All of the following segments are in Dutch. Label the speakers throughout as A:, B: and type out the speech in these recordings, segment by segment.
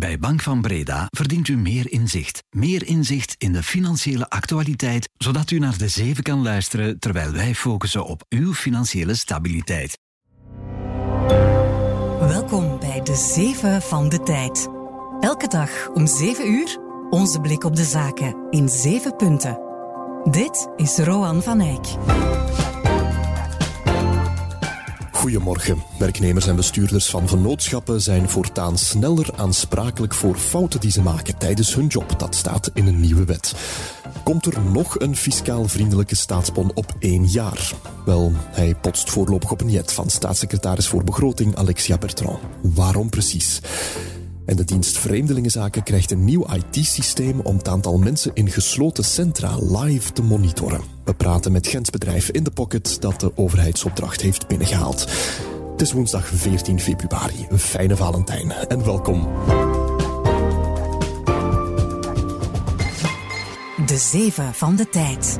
A: Bij Bank van Breda verdient u meer inzicht. Meer inzicht in de financiële actualiteit, zodat u naar de 7 kan luisteren terwijl wij focussen op uw financiële stabiliteit.
B: Welkom bij de 7 van de tijd. Elke dag om 7 uur onze blik op de zaken in 7 punten. Dit is Roan van Eyck.
C: Goedemorgen. Werknemers en bestuurders van vennootschappen zijn voortaan sneller aansprakelijk voor fouten die ze maken tijdens hun job. Dat staat in een nieuwe wet. Komt er nog een fiscaal vriendelijke staatsbon op 1 jaar? Wel, hij potst voorlopig op een jet van staatssecretaris voor begroting Alexia Bertrand. Waarom precies? En de dienst Vreemdelingenzaken krijgt een nieuw IT-systeem om het aantal mensen in gesloten centra live te monitoren. We praten met Gents bedrijf In The Pocket dat de overheidsopdracht heeft binnengehaald. Het is woensdag 14 februari. Een fijne Valentijn en welkom.
B: De 7 van de tijd.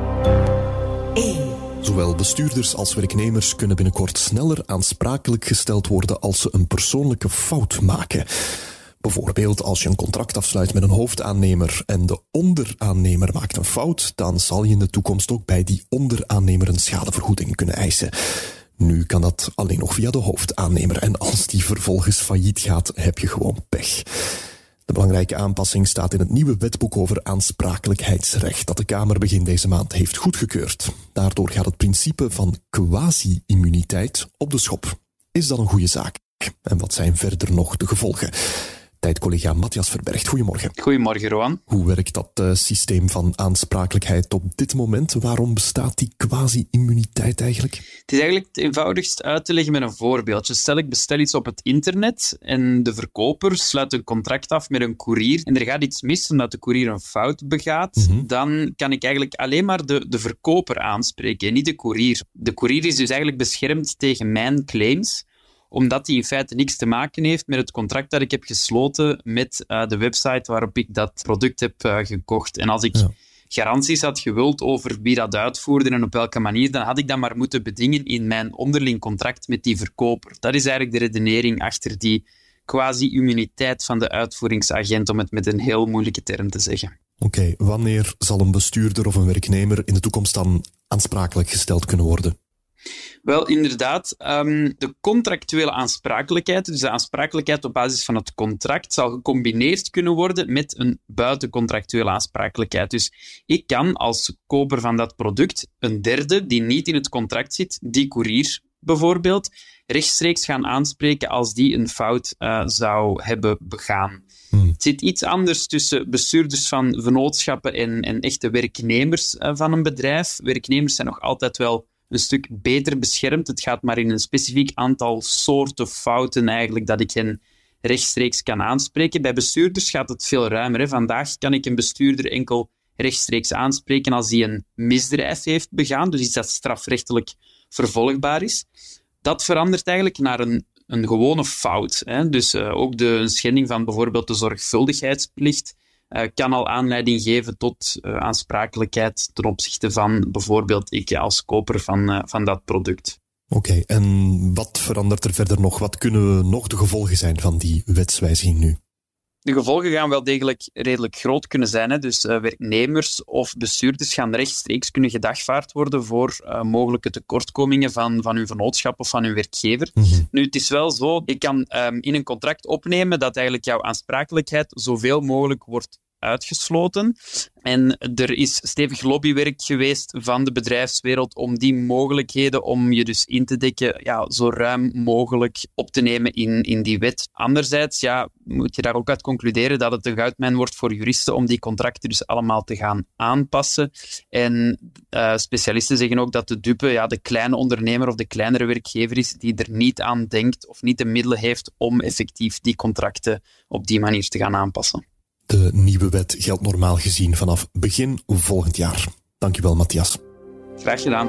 B: 1.
C: Zowel bestuurders als werknemers kunnen binnenkort sneller aansprakelijk gesteld worden als ze een persoonlijke fout maken. Bijvoorbeeld als je een contract afsluit met een hoofdaannemer en de onderaannemer maakt een fout, dan zal je in de toekomst ook bij die onderaannemer een schadevergoeding kunnen eisen. Nu kan dat alleen nog via de hoofdaannemer en als die vervolgens failliet gaat, heb je gewoon pech. De belangrijke aanpassing staat in het nieuwe wetboek over aansprakelijkheidsrecht dat de Kamer begin deze maand heeft goedgekeurd. Daardoor gaat het principe van quasi-immuniteit op de schop. Is dat een goede zaak? En wat zijn verder nog de gevolgen? Tijdcollega Matthias Verbergt, goedemorgen.
D: Goedemorgen, Roan.
C: Hoe werkt dat systeem van aansprakelijkheid op dit moment? Waarom bestaat die quasi-immuniteit eigenlijk?
D: Het is eigenlijk het eenvoudigst uit te leggen met een voorbeeldje. Stel, ik bestel iets op het internet en de verkoper sluit een contract af met een koerier en er gaat iets mis omdat de koerier een fout begaat. Dan kan ik eigenlijk alleen maar de verkoper aanspreken, niet de koerier. De koerier is dus eigenlijk beschermd tegen mijn claims, omdat hij in feite niks te maken heeft met het contract dat ik heb gesloten met de website waarop ik dat product heb gekocht. En als ik garanties had gewild over wie dat uitvoerde en op welke manier, dan had ik dat maar moeten bedingen in mijn onderling contract met die verkoper. Dat is eigenlijk de redenering achter die quasi-immuniteit van de uitvoeringsagent, om het met een heel moeilijke term te zeggen.
C: Oké, wanneer zal een bestuurder of een werknemer in de toekomst dan aansprakelijk gesteld kunnen worden?
D: Wel, inderdaad. De contractuele aansprakelijkheid, dus de aansprakelijkheid op basis van het contract, zal gecombineerd kunnen worden met een buitencontractuele aansprakelijkheid. Dus ik kan als koper van dat product een derde die niet in het contract zit, die koerier bijvoorbeeld, rechtstreeks gaan aanspreken als die een fout zou hebben begaan. Het zit iets anders tussen bestuurders van vennootschappen en echte werknemers van een bedrijf. Werknemers zijn nog altijd wel een stuk beter beschermd. Het gaat maar in een specifiek aantal soorten fouten eigenlijk dat ik hen rechtstreeks kan aanspreken. Bij bestuurders gaat het veel ruimer. Hè. Vandaag kan ik een bestuurder enkel rechtstreeks aanspreken als hij een misdrijf heeft begaan, dus iets dat strafrechtelijk vervolgbaar is. Dat verandert eigenlijk naar een gewone fout. Hè. Dus ook de schending van bijvoorbeeld de zorgvuldigheidsplicht kan al aanleiding geven tot aansprakelijkheid ten opzichte van bijvoorbeeld ik als koper van dat product.
C: Oké, en wat verandert er verder nog? Wat kunnen nog de gevolgen zijn van die wetswijziging nu?
D: De gevolgen gaan wel degelijk redelijk groot kunnen zijn. Hè. Dus werknemers of bestuurders gaan rechtstreeks kunnen gedagvaard worden voor mogelijke tekortkomingen van hun vennootschap of van hun werkgever. Nu, het is wel zo, je kan in een contract opnemen dat eigenlijk jouw aansprakelijkheid zoveel mogelijk wordt uitgesloten. En er is stevig lobbywerk geweest van de bedrijfswereld om die mogelijkheden, om je dus in te dekken, zo ruim mogelijk op te nemen in die wet. Anderzijds moet je daar ook uit concluderen dat het een goudmijn wordt voor juristen om die contracten dus allemaal te gaan aanpassen. En specialisten zeggen ook dat de dupe de kleine ondernemer of de kleinere werkgever is die er niet aan denkt of niet de middelen heeft om effectief die contracten op die manier te gaan aanpassen.
C: De nieuwe wet geldt normaal gezien vanaf begin volgend jaar. Dankjewel, Matthias.
D: Graag gedaan.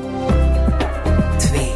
B: 2.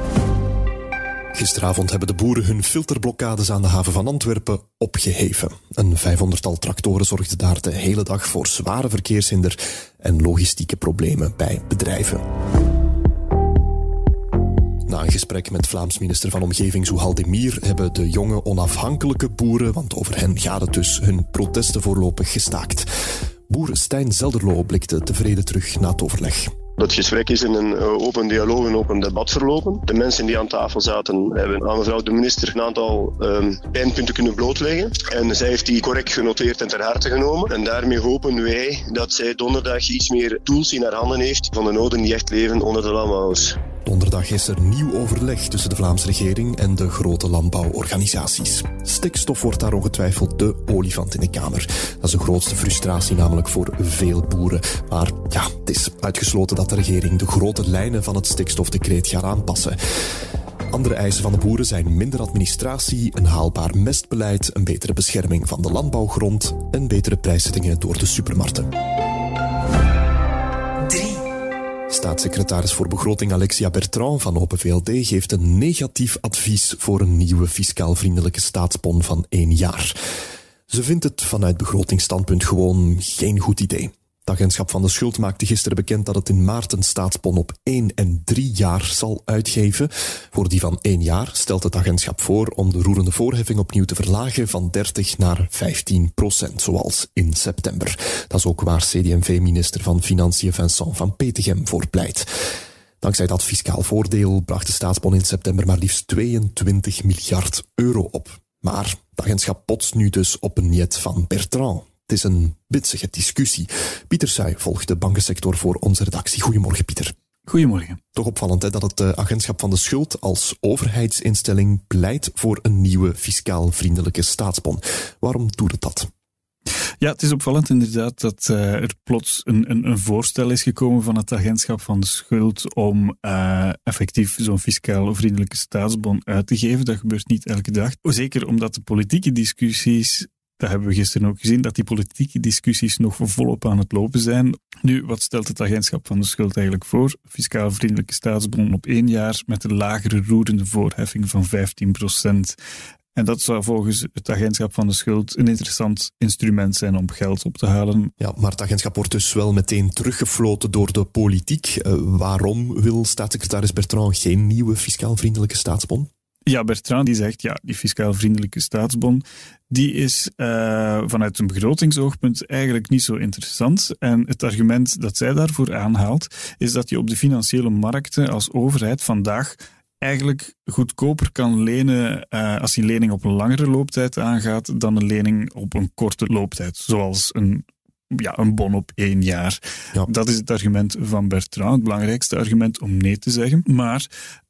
C: Gisteravond hebben de boeren hun filterblokkades aan de haven van Antwerpen opgeheven. Een 500-tal tractoren zorgden daar de hele dag voor zware verkeershinder en logistieke problemen bij bedrijven. Na een gesprek met Vlaams minister van Omgeving Zuhal Demir hebben de jonge onafhankelijke boeren, want over hen gaat het dus, hun protesten voorlopig gestaakt. Boer Stijn Zelderlo blikte tevreden terug na het overleg.
E: Dat gesprek is in een open dialoog, een open debat verlopen. De mensen die aan tafel zaten hebben aan mevrouw de minister een aantal pijnpunten kunnen blootleggen. En zij heeft die correct genoteerd en ter harte genomen. En daarmee hopen wij dat zij donderdag iets meer tools in haar handen heeft van de noden die echt leven onder de landbouwers.
C: Donderdag is er nieuw overleg tussen de Vlaamse regering en de grote landbouworganisaties. Stikstof wordt daar ongetwijfeld de olifant in de kamer. Dat is de grootste frustratie namelijk voor veel boeren. Maar ja, het is uitgesloten dat de regering de grote lijnen van het stikstofdecreet gaat aanpassen. Andere eisen van de boeren zijn minder administratie, een haalbaar mestbeleid, een betere bescherming van de landbouwgrond en betere prijszettingen door de supermarkten. Staatssecretaris voor Begroting Alexia Bertrand van Open VLD geeft een negatief advies voor een nieuwe fiscaal vriendelijke staatsbon van 1 jaar. Ze vindt het vanuit begrotingsstandpunt gewoon geen goed idee. Het agentschap van de schuld maakte gisteren bekend dat het in maart een staatsbon op 1 en 3 jaar zal uitgeven. Voor die van 1 jaar stelt het agentschap voor om de roerende voorheffing opnieuw te verlagen van 30 naar 15%, zoals in september. Dat is ook waar CD&V-minister van Financiën Vincent van Petegem voor pleit. Dankzij dat fiscaal voordeel bracht de staatsbon in september maar liefst 22 miljard euro op. Maar het agentschap botst nu dus op een niet van Bertrand. Het is een bitsige discussie. Pieter Suij volgt de bankensector voor onze redactie. Goedemorgen, Pieter.
F: Goedemorgen.
C: Toch opvallend dat het agentschap van de schuld als overheidsinstelling pleit voor een nieuwe fiscaal vriendelijke staatsbon. Waarom doet het dat?
F: Ja, het is opvallend inderdaad dat er plots een voorstel is gekomen van het agentschap van de schuld om effectief zo'n fiscaal vriendelijke staatsbon uit te geven. Dat gebeurt niet elke dag. Zeker omdat de politieke discussies, dat hebben we gisteren ook gezien, dat die politieke discussies nog volop aan het lopen zijn. Nu, wat stelt het agentschap van de schuld eigenlijk voor? Fiscaal vriendelijke staatsbon op 1 jaar met een lagere roerende voorheffing van 15%. En dat zou volgens het agentschap van de schuld een interessant instrument zijn om geld op te halen.
C: Ja, maar het agentschap wordt dus wel meteen teruggefloten door de politiek. Waarom wil staatssecretaris Bertrand geen nieuwe fiscaal vriendelijke staatsbon?
F: Ja, Bertrand die zegt, ja, die fiscaal vriendelijke staatsbon, die is vanuit een begrotingsoogpunt eigenlijk niet zo interessant. En het argument dat zij daarvoor aanhaalt, is dat je op de financiële markten als overheid vandaag eigenlijk goedkoper kan lenen als die lening op een langere looptijd aangaat dan een lening op een korte looptijd, zoals een bon op 1 jaar. Ja. Dat is het argument van Bertrand, het belangrijkste argument om nee te zeggen. Maar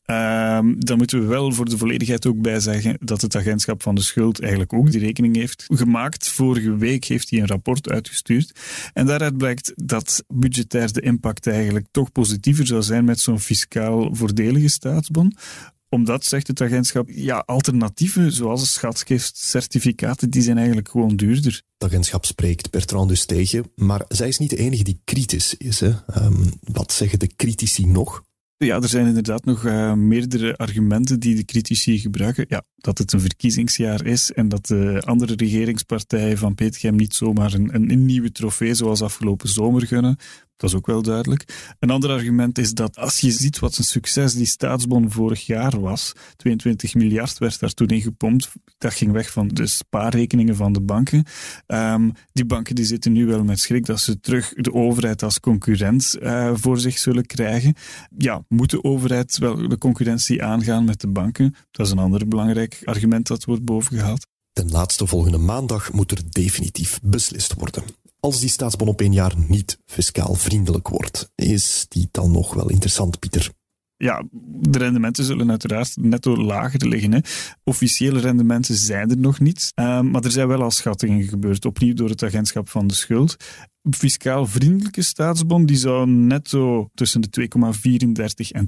F: dan moeten we wel voor de volledigheid ook bij zeggen dat het agentschap van de schuld eigenlijk ook die rekening heeft gemaakt. Vorige week heeft hij een rapport uitgestuurd. En daaruit blijkt dat budgetair de impact eigenlijk toch positiever zou zijn met zo'n fiscaal voordelige staatsbon. Omdat, zegt het agentschap, alternatieven zoals schatkistcertificaten, die zijn eigenlijk gewoon duurder.
C: Het agentschap spreekt Bertrand dus tegen, maar zij is niet de enige die kritisch is. Hè? Wat zeggen de critici nog?
F: Ja, er zijn inderdaad nog meerdere argumenten die de critici gebruiken. Ja, dat het een verkiezingsjaar is en dat de andere regeringspartijen van Petegem niet zomaar een nieuwe trofee zoals afgelopen zomer gunnen. Dat is ook wel duidelijk. Een ander argument is dat als je ziet wat een succes die staatsbon vorig jaar was, 22 miljard werd daar toen in gepompt, dat ging weg van de spaarrekeningen van de banken. Die banken die zitten nu wel met schrik dat ze terug de overheid als concurrent voor zich zullen krijgen. Ja, moet de overheid wel de concurrentie aangaan met de banken? Dat is een ander belangrijk argument dat wordt bovengehaald.
C: Ten laatste volgende maandag moet er definitief beslist worden. Als die staatsbon op 1 jaar niet fiscaal vriendelijk wordt, is die dan nog wel interessant, Pieter?
F: Ja, de rendementen zullen uiteraard netto lager liggen. Hè. Officiële rendementen zijn er nog niet, maar er zijn wel al schattingen gebeurd, opnieuw door het agentschap van de schuld. Een fiscaal vriendelijke staatsbon die zou netto tussen de 2,34 en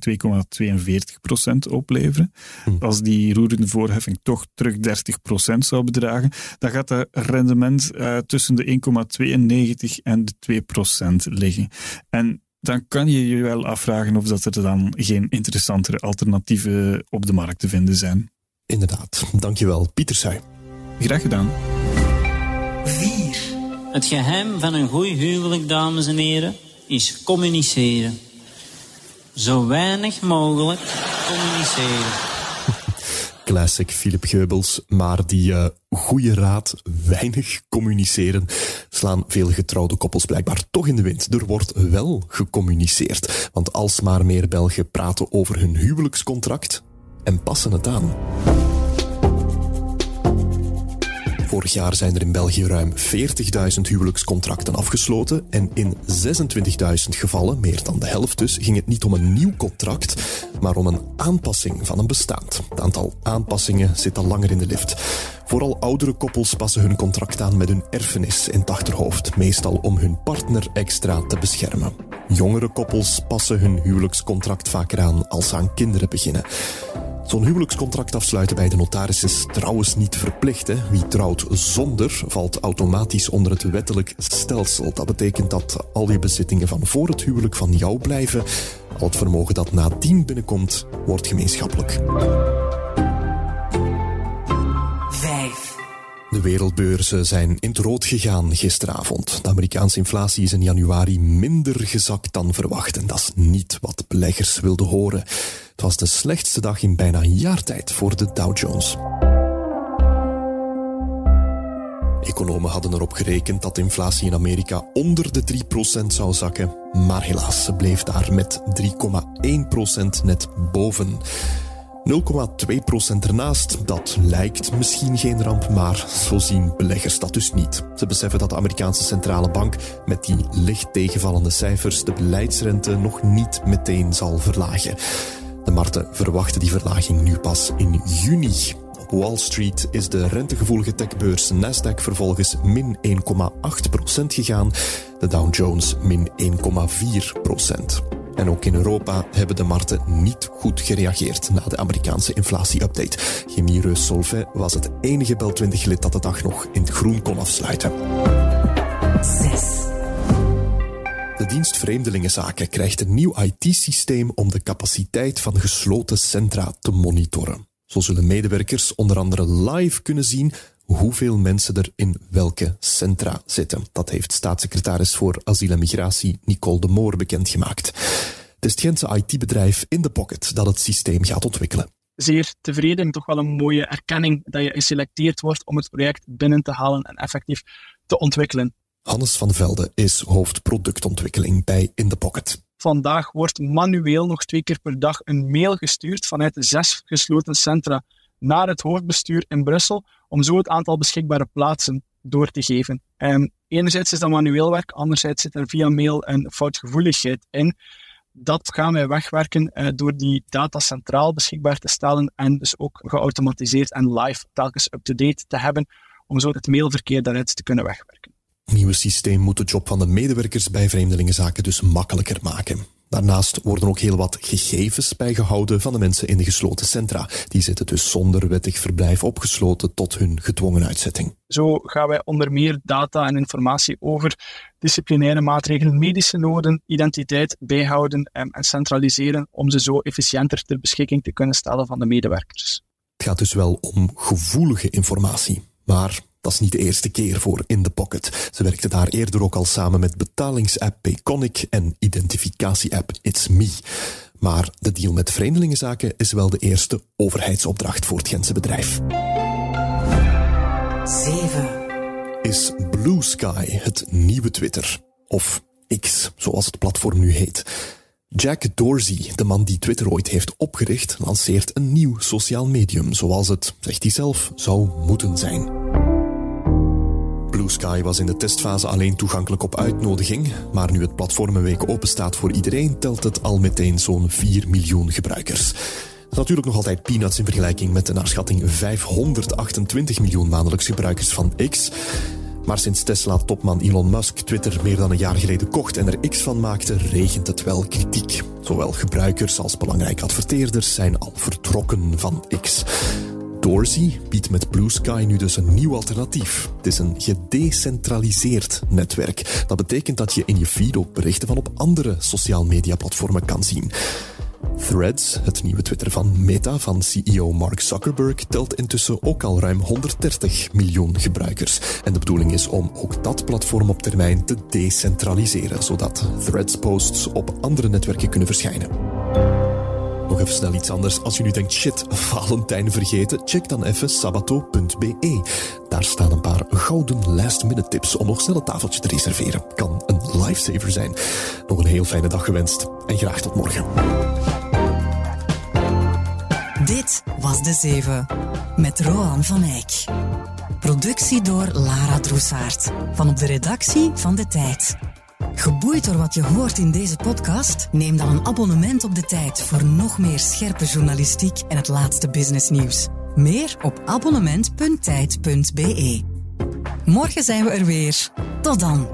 F: 2,42% opleveren. Als die roerende voorheffing toch terug 30% zou bedragen, dan gaat dat rendement tussen de 1,92 en de 2% liggen. En dan kan je je wel afvragen of dat er dan geen interessantere alternatieven op de markt te vinden zijn.
C: Inderdaad. Dankjewel, Pieter Suij.
F: Graag gedaan.
G: 4. Het geheim van een goed huwelijk, dames en heren, is communiceren. zo weinig mogelijk communiceren.
C: Classic Philip Goebbels, maar die goede raad, weinig communiceren, slaan veel getrouwde koppels blijkbaar toch in de wind. Er wordt wel gecommuniceerd, want alsmaar meer Belgen praten over hun huwelijkscontract en passen het aan. Vorig jaar zijn er in België ruim 40.000 huwelijkscontracten afgesloten en in 26.000 gevallen, meer dan de helft dus, ging het niet om een nieuw contract, maar om een aanpassing van een bestaand. Het aantal aanpassingen zit al langer in de lift. Vooral oudere koppels passen hun contract aan met hun erfenis in het achterhoofd, meestal om hun partner extra te beschermen. Jongere koppels passen hun huwelijkscontract vaker aan als ze aan kinderen beginnen. Zo'n huwelijkscontract afsluiten bij de notaris is trouwens niet verplicht. Hè. Wie trouwt zonder, valt automatisch onder het wettelijk stelsel. Dat betekent dat al je bezittingen van voor het huwelijk van jou blijven. Al het vermogen dat nadien binnenkomt, wordt gemeenschappelijk.
B: 5.
C: De wereldbeurzen zijn in het rood gegaan gisteravond. De Amerikaanse inflatie is in januari minder gezakt dan verwacht. En dat is niet wat beleggers wilden horen. Het was de slechtste dag in bijna een jaar tijd voor de Dow Jones. Economen hadden erop gerekend dat de inflatie in Amerika onder de 3% zou zakken. Maar helaas, ze bleef daar met 3,1% net boven. 0,2% ernaast, dat lijkt misschien geen ramp, maar zo zien beleggers dat dus niet. Ze beseffen dat de Amerikaanse centrale bank met die licht tegenvallende cijfers de beleidsrente nog niet meteen zal verlagen. De markten verwachten die verlaging nu pas in juni. Op Wall Street is de rentegevoelige techbeurs Nasdaq vervolgens min 1,8% gegaan, de Dow Jones min 1,4%. En ook in Europa hebben de markten niet goed gereageerd na de Amerikaanse inflatie-update. Chemiereus Solvay was het enige Bel 20-lid dat de dag nog in het groen kon afsluiten.
B: 6.
C: De dienst Vreemdelingenzaken krijgt een nieuw IT-systeem om de capaciteit van gesloten centra te monitoren. Zo zullen medewerkers onder andere live kunnen zien hoeveel mensen er in welke centra zitten. Dat heeft staatssecretaris voor asiel en migratie Nicole de Moor bekendgemaakt. Het is het Gentse IT-bedrijf In The Pocket dat het systeem gaat ontwikkelen.
H: Zeer tevreden, toch wel een mooie erkenning dat je geselecteerd wordt om het project binnen te halen en effectief te ontwikkelen.
C: Hannes van Velde is hoofdproductontwikkeling bij In The Pocket.
H: Vandaag wordt manueel nog 2 keer per dag een mail gestuurd vanuit de 6 gesloten centra naar het hoofdbestuur in Brussel, om zo het aantal beschikbare plaatsen door te geven. Enerzijds is dat manueel werk, anderzijds zit er via mail een foutgevoeligheid in. Dat gaan wij wegwerken door die data centraal beschikbaar te stellen en dus ook geautomatiseerd en live telkens up-to-date te hebben, om zo het mailverkeer daaruit te kunnen wegwerken.
C: Het nieuwe systeem moet de job van de medewerkers bij Vreemdelingenzaken dus makkelijker maken. Daarnaast worden ook heel wat gegevens bijgehouden van de mensen in de gesloten centra. Die zitten dus zonder wettig verblijf opgesloten tot hun gedwongen uitzetting.
H: Zo gaan wij onder meer data en informatie over disciplinaire maatregelen, medische noden, identiteit bijhouden en centraliseren om ze zo efficiënter ter beschikking te kunnen stellen van de medewerkers.
C: Het gaat dus wel om gevoelige informatie, maar dat is niet de eerste keer voor In The Pocket. Ze werkte daar eerder ook al samen met betalingsapp Payconic en identificatie-app It's Me. Maar de deal met Vreemdelingenzaken is wel de eerste overheidsopdracht voor het Gentse bedrijf.
B: 7.
C: Is Blue Sky het nieuwe Twitter? Of X, zoals het platform nu heet. Jack Dorsey, de man die Twitter ooit heeft opgericht, lanceert een nieuw sociaal medium, zoals het, zegt hij zelf, zou moeten zijn. Blue Sky was in de testfase alleen toegankelijk op uitnodiging, maar nu het platform een week open staat voor iedereen, telt het al meteen zo'n 4 miljoen gebruikers. Dat is natuurlijk nog altijd peanuts in vergelijking met de naar schatting 528 miljoen maandelijks gebruikers van X. Maar sinds Tesla-topman Elon Musk Twitter meer dan een jaar geleden kocht en er X van maakte, regent het wel kritiek. Zowel gebruikers als belangrijke adverteerders zijn al vertrokken van X. Dorsey biedt met Blue Sky nu dus een nieuw alternatief. Het is een gedecentraliseerd netwerk. Dat betekent dat je in je feed ook berichten van op andere sociaal media platformen kan zien. Threads, het nieuwe Twitter van Meta van CEO Mark Zuckerberg, telt intussen ook al ruim 130 miljoen gebruikers. En de bedoeling is om ook dat platform op termijn te decentraliseren, zodat Threads-posts op andere netwerken kunnen verschijnen. Nog even snel iets anders. Als je nu denkt, shit, Valentijn vergeten, check dan even sabato.be. Daar staan een paar gouden last-minute tips om nog snel een tafeltje te reserveren. Kan een lifesaver zijn. Nog een heel fijne dag gewenst en graag tot morgen.
B: Dit was De Zeven met Roan van Eyck. Productie door Lara Droesaert van op de redactie van De Tijd. Geboeid door wat je hoort in deze podcast? Neem dan een abonnement op De Tijd voor nog meer scherpe journalistiek en het laatste businessnieuws. Meer op abonnement.tijd.be. Morgen zijn we er weer. Tot dan.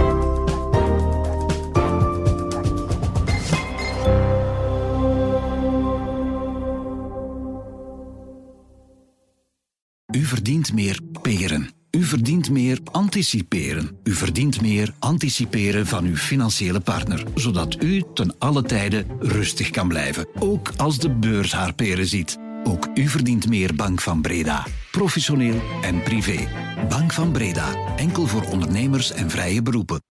A: U verdient meer peren. U verdient meer anticiperen. U verdient meer anticiperen van uw financiële partner, zodat u ten alle tijde rustig kan blijven, ook als de beurs haar peren ziet. Ook u verdient meer Bank van Breda. Professioneel en privé. Bank van Breda. Enkel voor ondernemers en vrije beroepen.